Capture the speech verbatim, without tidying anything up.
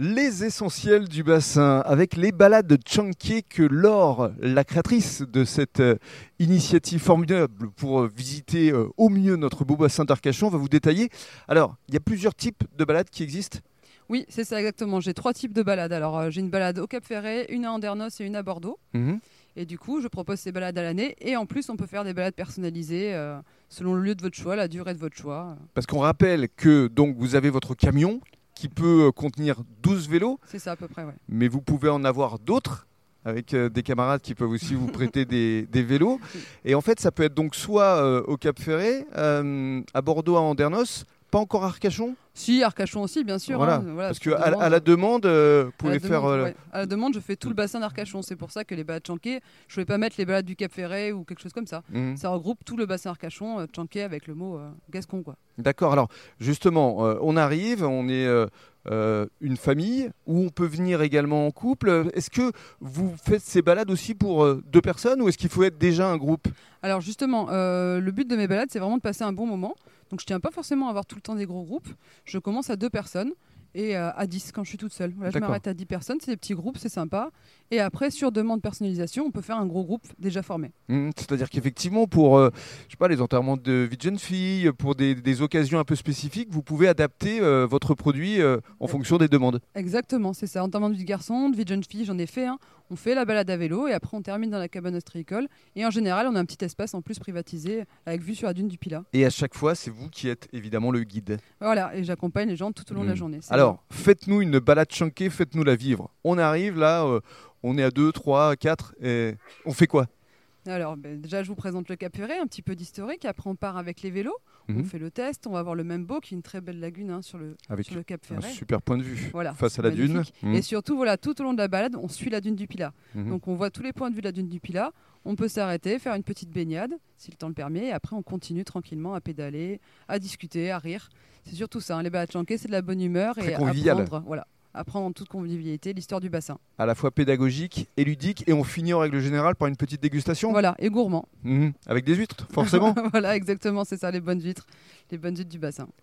Les essentiels du bassin, avec les balades Tchanké que Laure, la créatrice de cette euh, initiative formidable pour euh, visiter euh, au mieux notre beau bassin d'Arcachon, va vous détailler. Alors, il y a plusieurs types de balades qui existent. Oui, c'est ça exactement. J'ai trois types de balades. Alors, euh, j'ai une balade au Cap Ferret, une à Andernos et une à Bordeaux. Mmh. Et du coup, je propose ces balades à l'année. Et en plus, on peut faire des balades personnalisées euh, selon le lieu de votre choix, la durée de votre choix. Parce qu'on rappelle que donc, vous avez votre camion qui peut euh, contenir douze vélos. C'est ça à peu près, ouais. Mais vous pouvez en avoir d'autres avec euh, des camarades qui peuvent aussi vous prêter des, des vélos. Et en fait, ça peut être donc soit euh, au Cap Ferret, euh, à Bordeaux, à Andernos, pas encore à Arcachon. Si, Arcachon aussi, bien sûr. Voilà, hein, voilà, parce sur qu'à demande. à la demande, euh, vous À pouvez la faire... demande, euh, ouais. À la demande, je fais tout le bassin d'Arcachon. C'est pour ça que les balades Tchanké, je ne voulais pas mettre les balades du Cap Ferret ou quelque chose comme ça. mmh. Ça regroupe tout le bassin Arcachon, euh, Tchanké avec le mot euh, gascon, quoi. D'accord, alors justement, euh, on arrive, on est euh, euh, une famille, où on peut venir également en couple. Est-ce que vous faites ces balades aussi pour euh, deux personnes ou est-ce qu'il faut être déjà un groupe ? Alors justement, euh, le but de mes balades, c'est vraiment de passer un bon moment. Donc je tiens pas forcément à avoir tout le temps des gros groupes. Je commence à deux personnes et euh, à dix quand je suis toute seule. Voilà, je D'accord. m'arrête à dix personnes, c'est des petits groupes, c'est sympa. Et après, sur demande personnalisation, on peut faire un gros groupe déjà formé. Mmh, c'est-à-dire qu'effectivement, pour euh, je sais pas, les enterrements de vie de jeune fille, pour des, des occasions un peu spécifiques, vous pouvez adapter euh, votre produit euh, en fonction des demandes. Exactement, c'est ça. Enterrement de vie de garçon, de vie de jeune fille, j'en ai fait un. On fait la balade à vélo et après on termine dans la cabane ostréicole. Et en général, on a un petit espace en plus privatisé avec vue sur la dune du Pilat. Et à chaque fois, c'est vous qui êtes évidemment le guide. Voilà, et j'accompagne les gens tout au long de la Mmh. journée. C'est Alors, faites-nous une balade Tchanké, faites-nous la vivre. On arrive là, euh, on est à deux, trois, quatre, et on fait quoi ? Alors, ben, déjà, je vous présente le Cap Ferret, un petit peu d'historique. Après, on part avec les vélos. Mmh. On fait le test. On va voir le Membo, qui est une très belle lagune hein, sur, le, Avec sur le Cap un Ferret. super point de vue Voilà, face à la dune. magnifique. Mmh. Et surtout, voilà, tout au long de la balade, on suit la dune du Pilat. Mmh. Donc, on voit tous les points de vue de la dune du Pilat. On peut s'arrêter, faire une petite baignade, si le temps le permet. Et après, on continue tranquillement à pédaler, à discuter, à rire. C'est surtout ça. hein, Les balades Tchanké, c'est de la bonne humeur Très et convivial. apprendre, voilà, apprendre en toute convivialité l'histoire du bassin. À la fois pédagogique et ludique, et on finit en règle générale par une petite dégustation. Voilà, et gourmand. Mmh. Avec des huîtres, forcément. Voilà, exactement, c'est ça, les bonnes huîtres, les bonnes huîtres du bassin.